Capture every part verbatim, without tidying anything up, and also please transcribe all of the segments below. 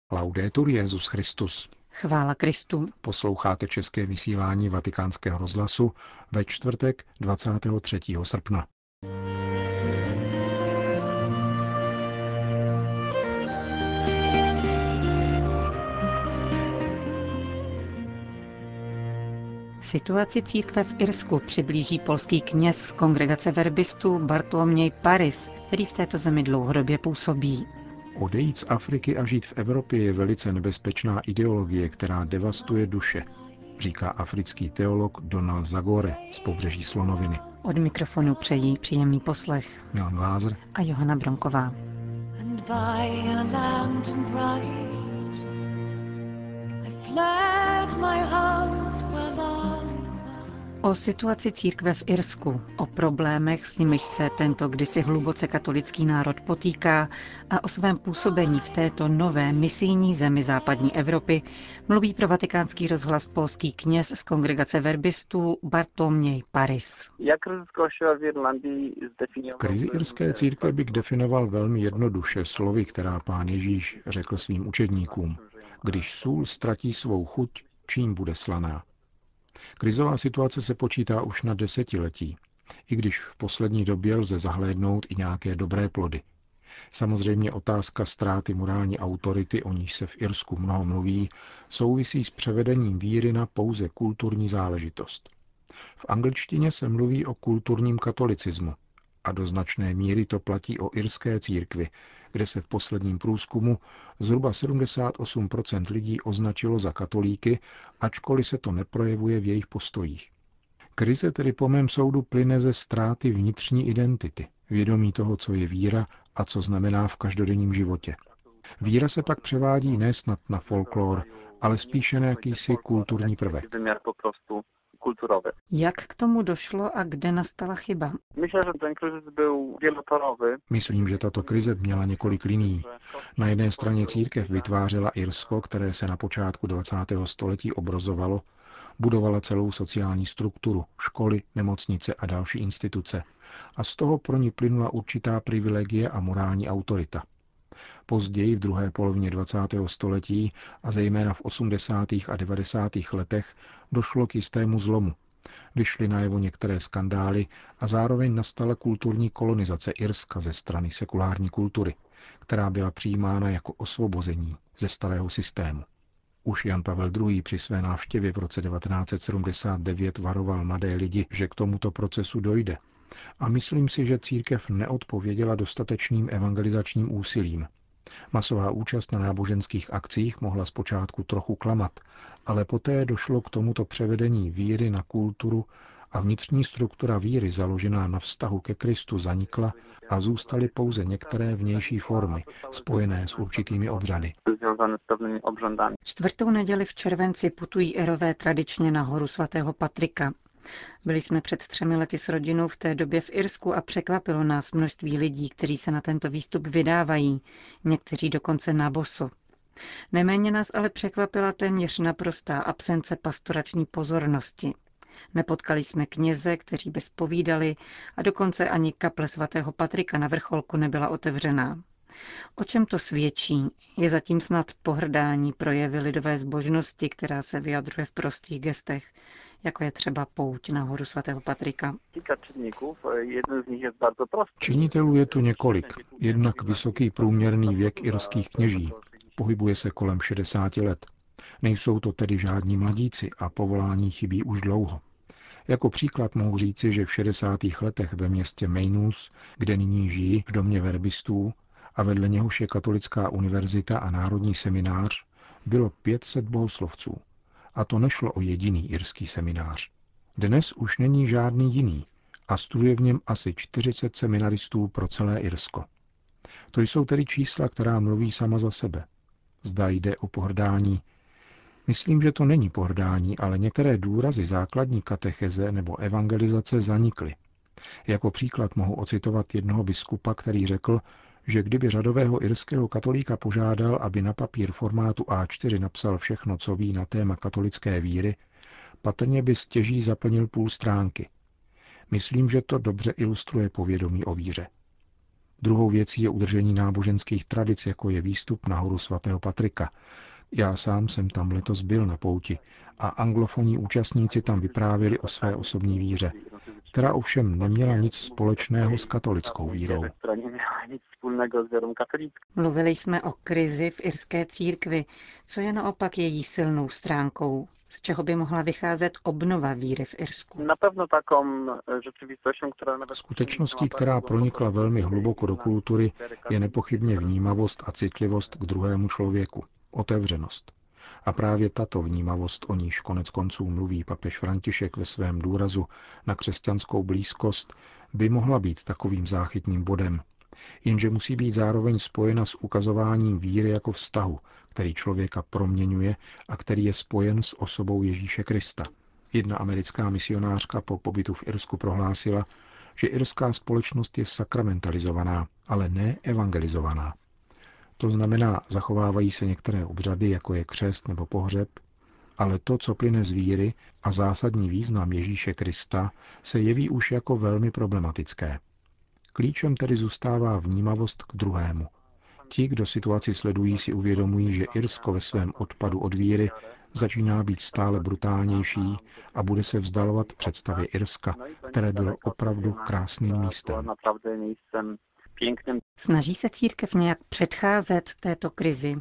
Laudetur Jesus Christus. Chvála Kristu. Posloucháte české vysílání Vatikánského rozhlasu ve čtvrtek dvacátého třetího srpna. Situaci církve v Irsku přiblíží polský kněz z kongregace verbistů Bartłomiej Parys, který v této zemi dlouhodobě působí. Odejít z Afriky a žít v Evropě je velice nebezpečná ideologie, která devastuje duše, říká africký teolog Donald Zagore z pobřeží Slonoviny. Od mikrofonu přejí příjemný poslech Milan Glázer a Johana Bronková. O situaci církve v Irsku, o problémech, s nimiž se tento kdysi hluboce katolický národ potýká a o svém působení v této nové misijní zemi západní Evropy mluví pro Vatikánský rozhlas polský kněz z kongregace verbistů Bartłomiej Parys. Krizi irské církve bych definoval velmi jednoduše slovy, která pán Ježíš řekl svým učedníkům. Když sůl ztratí svou chuť, čím bude slaná? Krizová situace se počítá už na desetiletí, i když v poslední době lze zahlédnout i nějaké dobré plody. Samozřejmě otázka ztráty morální autority, o níž se v Irsku mnoho mluví, souvisí s převedením víry na pouze kulturní záležitost. V angličtině se mluví o kulturním katolicismu a do značné míry to platí o irské církvi, kde se v posledním průzkumu zhruba sedmdesát osm procent lidí označilo za katolíky, ačkoliv se to neprojevuje v jejich postojích. Krize tedy po mém soudu plyne ze ztráty vnitřní identity, vědomí toho, co je víra a co znamená v každodenním životě. Víra se pak převádí ne snad na folklor, ale spíše na jakýsi kulturní prvek. Jak k tomu došlo a kde nastala chyba? Myslím, že tato krize měla několik linií. Na jedné straně církev vytvářela Irsko, které se na počátku dvacátého století obrazovalo, budovala celou sociální strukturu, školy, nemocnice a další instituce. A z toho pro ní plynula určitá privilegie a morální autorita. Později v druhé polovině dvacátého století a zejména v osmdesátých a devadesátých letech došlo k jistému zlomu. Vyšly najevo některé skandály a zároveň nastala kulturní kolonizace Irska ze strany sekulární kultury, která byla přijímána jako osvobození ze starého systému. Už Jan Pavel druhý. Při své návštěvě v roce devatenáct set sedmdesát devět varoval mladé lidi, že k tomuto procesu dojde. A myslím si, že církev neodpověděla dostatečným evangelizačním úsilím. Masová účast na náboženských akcích mohla zpočátku trochu klamat, ale poté došlo k tomuto převedení víry na kulturu a vnitřní struktura víry založená na vztahu ke Kristu zanikla a zůstaly pouze některé vnější formy, spojené s určitými obřady. Čtvrtou neděli v červenci putují Irové tradičně na horu svatého Patrika. Byli jsme před třemi lety s rodinou v té době v Irsku a překvapilo nás množství lidí, kteří se na tento výstup vydávají, někteří dokonce na boso. Neméně nás ale překvapila téměř naprostá absence pastorační pozornosti. Nepotkali jsme kněze, kteří by zpovídali, a dokonce ani kaple svatého Patrika na vrcholku nebyla otevřená. O čem to svědčí? Je zatím snad pohrdání projevy lidové zbožnosti, která se vyjadřuje v prostých gestech, jako je třeba pouť na horu svatého Patrika. Činitelů je tu několik. Jednak vysoký průměrný věk irských kněží. Pohybuje se kolem šedesáti let. Nejsou to tedy žádní mladíci a povolání chybí už dlouho. Jako příklad mohu říci, že v šedesátých letech ve městě Mainus, kde nyní žijí v domě verbistů, a vedle něhož je katolická univerzita a národní seminář, bylo pět set bohoslovců. A to nešlo o jediný irský seminář. Dnes už není žádný jiný a studuje v něm asi čtyřicet seminaristů pro celé Irsko. To jsou tedy čísla, která mluví sama za sebe. Zda jde o pohrdání. Myslím, že to není pohrdání, ale některé důrazy základní katecheze nebo evangelizace zanikly. Jako příklad mohu ocitovat jednoho biskupa, který řekl, že kdyby řadového irského katolíka požádal, aby na papír formátu á čtyři napsal všechno, co ví na téma katolické víry, patrně by stěží zaplnil půl stránky. Myslím, že to dobře ilustruje povědomí o víře. Druhou věcí je udržení náboženských tradic, jako je výstup na horu svatého Patrika. Já sám jsem tam letos byl na pouti a anglofonní účastníci tam vyprávěli o své osobní víře, která ovšem neměla nic společného s katolickou vírou. Mluvili jsme o krizi v irské církvi, co je naopak její silnou stránkou, z čeho by mohla vycházet obnova víry v Irsku. Skutečností, která pronikla velmi hluboko do kultury, je nepochybně vnímavost a citlivost k druhému člověku, otevřenost. A právě tato vnímavost, o níž konec konců mluví papež František ve svém důrazu na křesťanskou blízkost, by mohla být takovým záchytným bodem. Jenže musí být zároveň spojena s ukazováním víry jako vztahu, který člověka proměňuje a který je spojen s osobou Ježíše Krista. Jedna americká misionářka po pobytu v Irsku prohlásila, že irská společnost je sakramentalizovaná, ale ne evangelizovaná. To znamená, zachovávají se některé obřady, jako je křest nebo pohřeb, ale to, co plyne z víry a zásadní význam Ježíše Krista, se jeví už jako velmi problematické. Klíčem tedy zůstává vnímavost k druhému. Ti, kdo situaci sledují, si uvědomují, že Irsko ve svém odpadu od víry začíná být stále brutálnější a bude se vzdalovat představě Irska, které bylo opravdu krásným místem. Snaží se církev nějak předcházet této krizi?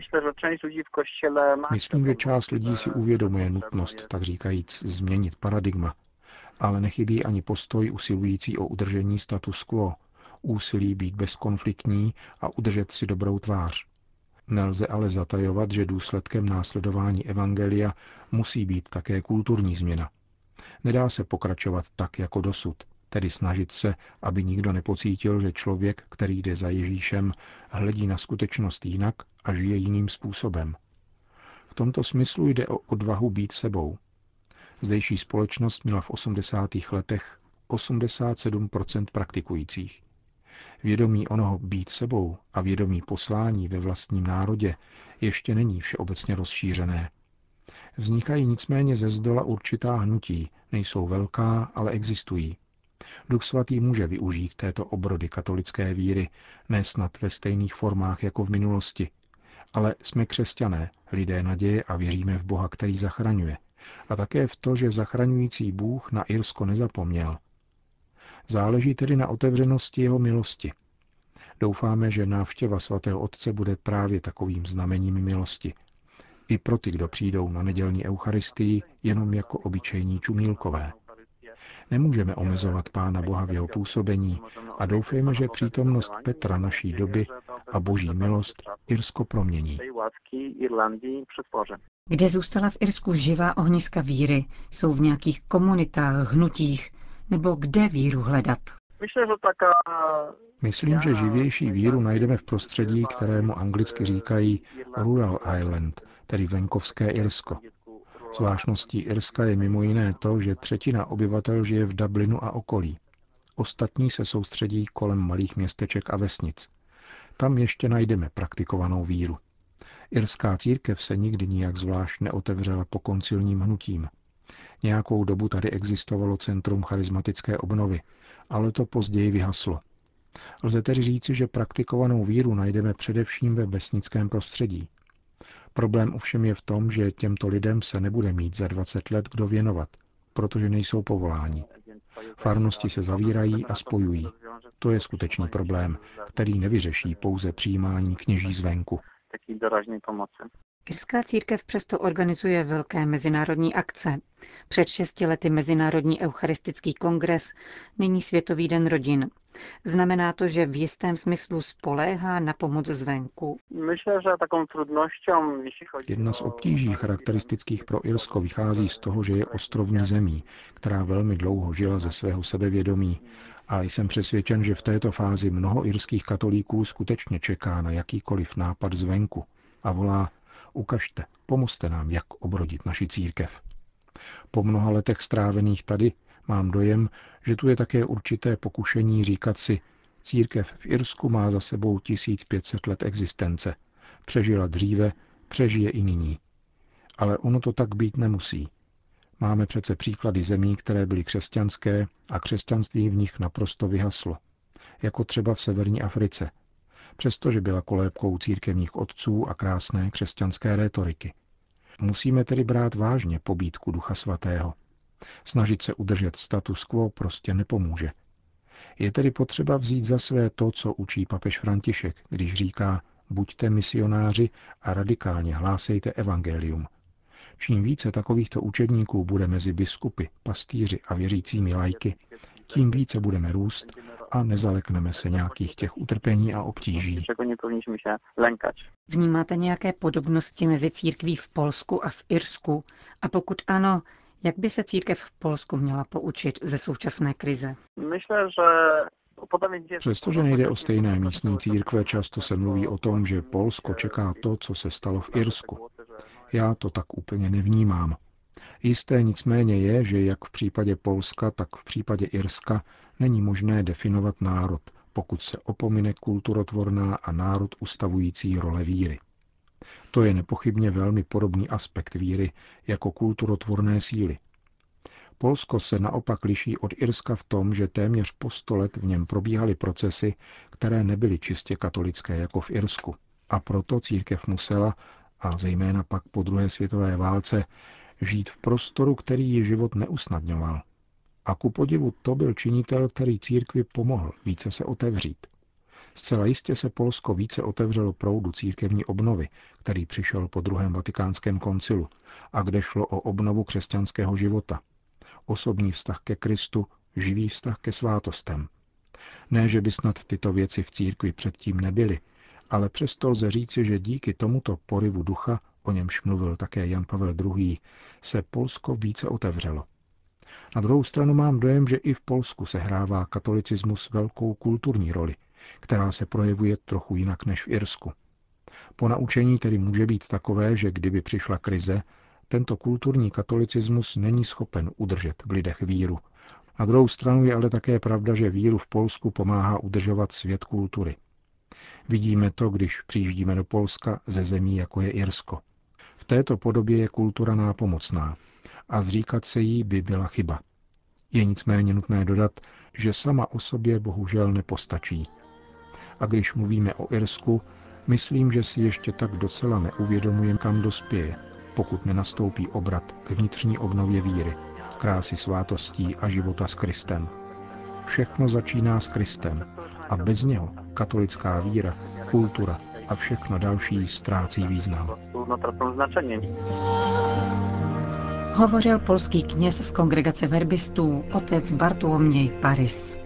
Myslím, že část lidí si uvědomuje nutnost, tak říkajíc, změnit paradigma, ale nechybí ani postoj usilující o udržení status quo, úsilí být bezkonfliktní a udržet si dobrou tvář. Nelze ale zatajovat, že důsledkem následování evangelia musí být také kulturní změna. Nedá se pokračovat tak, jako dosud, tedy snažit se, aby nikdo nepocítil, že člověk, který jde za Ježíšem, hledí na skutečnost jinak a žije jiným způsobem. V tomto smyslu jde o odvahu být sebou. Zdejší společnost měla v osmdesátých letech osmdesát sedm procent praktikujících. Vědomí onoho být sebou a vědomí poslání ve vlastním národě ještě není všeobecně rozšířené. Vznikají nicméně ze zdola určitá hnutí, nejsou velká, ale existují. Duch svatý může využít této obrody katolické víry, ne snad ve stejných formách jako v minulosti, ale jsme křesťané, lidé naděje a věříme v Boha, který zachraňuje, a také v to, že zachraňující Bůh na Irsko nezapomněl. Záleží tedy na otevřenosti jeho milosti. Doufáme, že návštěva svatého Otce bude právě takovým znamením milosti. I pro ty, kdo přijdou na nedělní eucharistii jenom jako obyčejní čumílkové. Nemůžeme omezovat Pána Boha v jeho působení a doufejme, že přítomnost Petra naší doby a boží milost Irsko promění. Kde zůstala v Irsku živá ohniska víry? Jsou v nějakých komunitách, hnutích? Nebo kde víru hledat? Myslím, že živější víru najdeme v prostředí, kterému anglicky říkají Rural Island, tedy venkovské Irsko. Zvláštností Irska je mimo jiné to, že třetina obyvatel žije v Dublinu a okolí. Ostatní se soustředí kolem malých městeček a vesnic. Tam ještě najdeme praktikovanou víru. Irská církev se nikdy nijak zvlášť neotevřela po koncilním hnutím. Nějakou dobu tady existovalo centrum charismatické obnovy, ale to později vyhaslo. Lze tedy říci, že praktikovanou víru najdeme především ve vesnickém prostředí. Problém ovšem je v tom, že těmto lidem se nebude mít za dvacet let kdo věnovat, protože nejsou povoláni. Farnosti se zavírají a spojují. To je skutečný problém, který nevyřeší pouze přijímání kněží zvenku. Irská církev přesto organizuje velké mezinárodní akce. Před šesti lety Mezinárodní eucharistický kongres, nyní Světový den rodin. Znamená to, že v jistém smyslu spoléhá na pomoc zvenku? Jedna z obtíží charakteristických pro Irsko vychází z toho, že je ostrovní zemí, která velmi dlouho žila ze svého sebevědomí. A jsem přesvědčen, že v této fázi mnoho irských katolíků skutečně čeká na jakýkoliv nápad zvenku a volá: ukažte, pomozte nám, jak obrodit naši církev. Po mnoha letech strávených tady mám dojem, že tu je také určité pokušení říkat si, církev v Irsku má za sebou tisíc pět set let existence. Přežila dříve, přežije i nyní. Ale ono to tak být nemusí. Máme přece příklady zemí, které byly křesťanské a křesťanství v nich naprosto vyhaslo. jako třeba v severní Africe, přestože byla kolébkou církevních otců a krásné křesťanské rétoriky. Musíme tedy brát vážně pobídku Ducha Svatého. Snažit se udržet status quo prostě nepomůže. Je tedy potřeba vzít za své to, co učí papež František, když říká: buďte misionáři a radikálně hlásejte evangelium. Čím více takovýchto učedníků bude mezi biskupy, pastýři a věřícími laiky, tím více budeme růst a nezalekneme se nějakých těch utrpení a obtíží. Vnímáte nějaké podobnosti mezi církví v Polsku a v Irsku? A pokud ano, jak by se církev v Polsku měla poučit ze současné krize? Přestože nejde o stejné místní církve, často se mluví o tom, že Polsko čeká to, co se stalo v Irsku. Já to tak úplně nevnímám. Jisté nicméně je, že jak v případě Polska, tak v případě Irska není možné definovat národ, pokud se opomine kulturotvorná a národ ustavující role víry. To je nepochybně velmi podobný aspekt víry jako kulturotvorné síly. Polsko se naopak liší od Irska v tom, že téměř po sto let v něm probíhaly procesy, které nebyly čistě katolické jako v Irsku. A proto církev musela, a zejména pak po druhé světové válce, žít v prostoru, který ji život neusnadňoval. A ku podivu to byl činitel, který církvi pomohl více se otevřít. Zcela jistě se Polsko více otevřelo proudu církevní obnovy, který přišel po druhém vatikánském koncilu a kde šlo o obnovu křesťanského života. Osobní vztah ke Kristu, živý vztah ke svátostem. Ne, že by snad tyto věci v církvi předtím nebyly, ale přesto lze říci, že díky tomuto poryvu ducha, o němž mluvil také Jan Pavel druhý., se Polsko více otevřelo. Na druhou stranu mám dojem, že i v Polsku sehrává katolicismus velkou kulturní roli, která se projevuje trochu jinak než v Irsku. Ponaučení tedy může být takové, že kdyby přišla krize, tento kulturní katolicismus není schopen udržet v lidech víru. Na druhou stranu je ale také pravda, že víru v Polsku pomáhá udržovat svět kultury. Vidíme to, když přijíždíme do Polska ze zemí, jako je Irsko. V této podobě je kultura nápomocná a zříkat se jí by byla chyba. Je nicméně nutné dodat, že sama o sobě bohužel nepostačí. A když mluvíme o Irsku, myslím, že si ještě tak docela neuvědomujeme, kam dospěje, pokud nenastoupí obrat k vnitřní obnově víry, krásy svátostí a života s Kristem. Všechno začíná s Kristem a bez něho katolická víra, kultura a všechno další ztrácí význam. Hovořil polský kněz z kongregace verbistů, otec Bartłomiej Parys.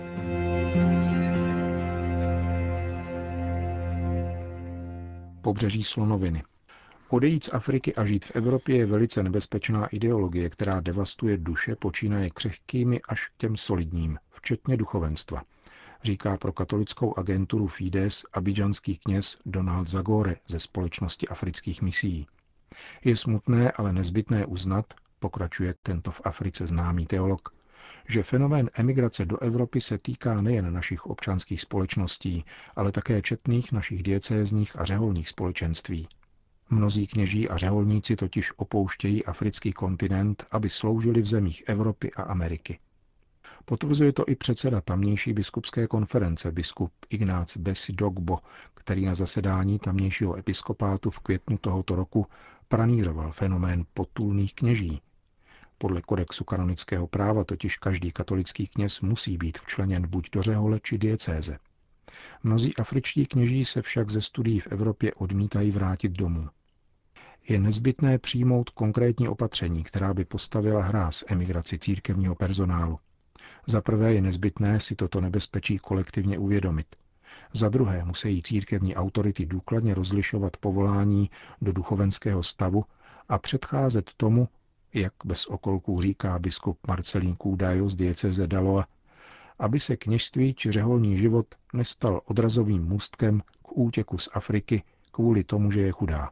Pobřeží slonoviny. Odejít z Afriky a žít v Evropě je velice nebezpečná ideologie, která devastuje duše, počínaje křehkými až k těm solidním, včetně duchovenstva, říká pro katolickou agenturu Fides abidžanský kněz Donald Zagore ze Společnosti afrických misií. Je smutné, ale nezbytné uznat, pokračuje tento v Africe známý teolog, že fenomén emigrace do Evropy se týká nejen našich občanských společností, ale také četných našich diecézních a řeholních společenství. Mnozí kněží a řeholníci totiž opouštějí africký kontinent, aby sloužili v zemích Evropy a Ameriky. Potvrzuje to i předseda tamnější biskupské konference, biskup Ignác Besi Dogbo, který na zasedání tamnějšího episkopátu v květnu tohoto roku pranířoval fenomén potulných kněží. Podle kodexu kanonického práva totiž každý katolický kněz musí být včleněn buď do řehole či diecéze. Mnozí afričtí kněží se však ze studií v Evropě odmítají vrátit domů. Je nezbytné přijmout konkrétní opatření, která by postavila hráz emigraci církevního personálu. Za prvé je nezbytné si toto nebezpečí kolektivně uvědomit. Za druhé musí církevní autority důkladně rozlišovat povolání do duchovenského stavu a předcházet tomu, jak bez okolků říká biskup Marcelín Kúdajo z diecéze Daloa, aby se kněžství či řeholní život nestal odrazovým můstkem k útěku z Afriky kvůli tomu, že je chudá.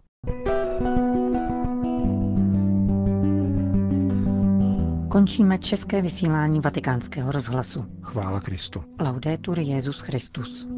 Končíme české vysílání Vatikánského rozhlasu. Chvála Kristu. Laudetur Jesus Christus.